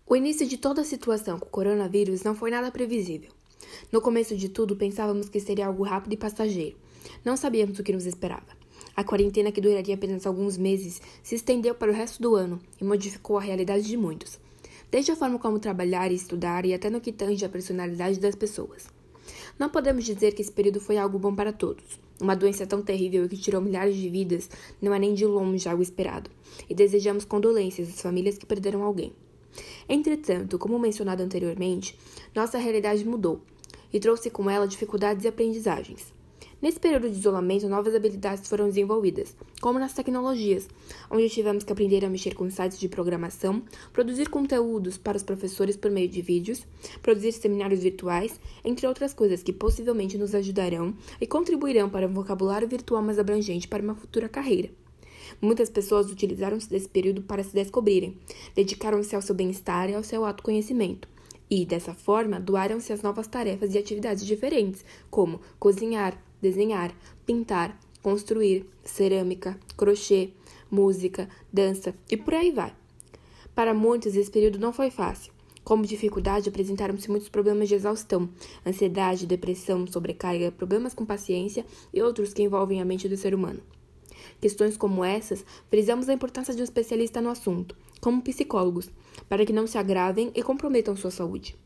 O início de toda a situação com o coronavírus não foi nada previsível. No começo de tudo, pensávamos que seria algo rápido e passageiro. Não sabíamos o que nos esperava. A quarentena, que duraria apenas alguns meses, se estendeu para o resto do ano e modificou a realidade de muitos, desde a forma como trabalhar e estudar e até no que tange a personalidade das pessoas. Não podemos dizer que esse período foi algo bom para todos. Uma doença tão terrível e que tirou milhares de vidas não é nem de longe algo esperado, e desejamos condolências às famílias que perderam alguém. Entretanto, como mencionado anteriormente, nossa realidade mudou e trouxe com ela dificuldades e aprendizagens. Nesse período de isolamento, novas habilidades foram desenvolvidas, como nas tecnologias, onde tivemos que aprender a mexer com sites de programação, produzir conteúdos para os professores por meio de vídeos, produzir seminários virtuais, entre outras coisas que possivelmente nos ajudarão e contribuirão para um vocabulário virtual mais abrangente para uma futura carreira. Muitas pessoas utilizaram-se desse período para se descobrirem, dedicaram-se ao seu bem-estar e ao seu autoconhecimento. E, dessa forma, doaram-se às novas tarefas e atividades diferentes, como cozinhar, desenhar, pintar, construir, cerâmica, crochê, música, dança e por aí vai. Para muitos, esse período não foi fácil. Como dificuldade, apresentaram-se muitos problemas de exaustão, ansiedade, depressão, sobrecarga, problemas com paciência e outros que envolvem a mente do ser humano. Questões como essas, frisamos a importância de um especialista no assunto, como psicólogos, para que não se agravem e comprometam sua saúde.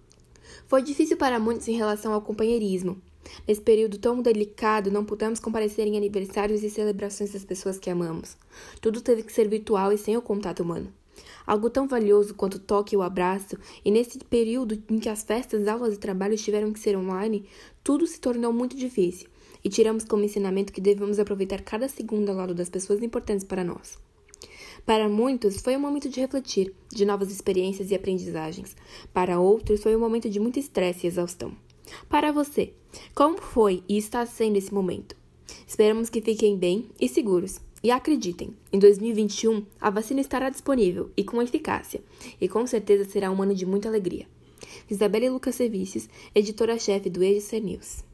Foi difícil para muitos em relação ao companheirismo. Nesse período tão delicado, não pudemos comparecer em aniversários e celebrações das pessoas que amamos. Tudo teve que ser virtual e sem o contato humano. Algo tão valioso quanto o toque e o abraço, e nesse período em que as festas, aulas e trabalhos tiveram que ser online, tudo se tornou muito difícil, e tiramos como ensinamento que devemos aproveitar cada segundo ao lado das pessoas importantes para nós. Para muitos, foi um momento de refletir, de novas experiências e aprendizagens. Para outros, foi um momento de muito estresse e exaustão. Para você, como foi e está sendo esse momento? Esperamos que fiquem bem e seguros. E acreditem, em 2021, a vacina estará disponível e com eficácia, e com certeza será um ano de muita alegria. Isabelle Lucas Serviços, editora-chefe do EGC News.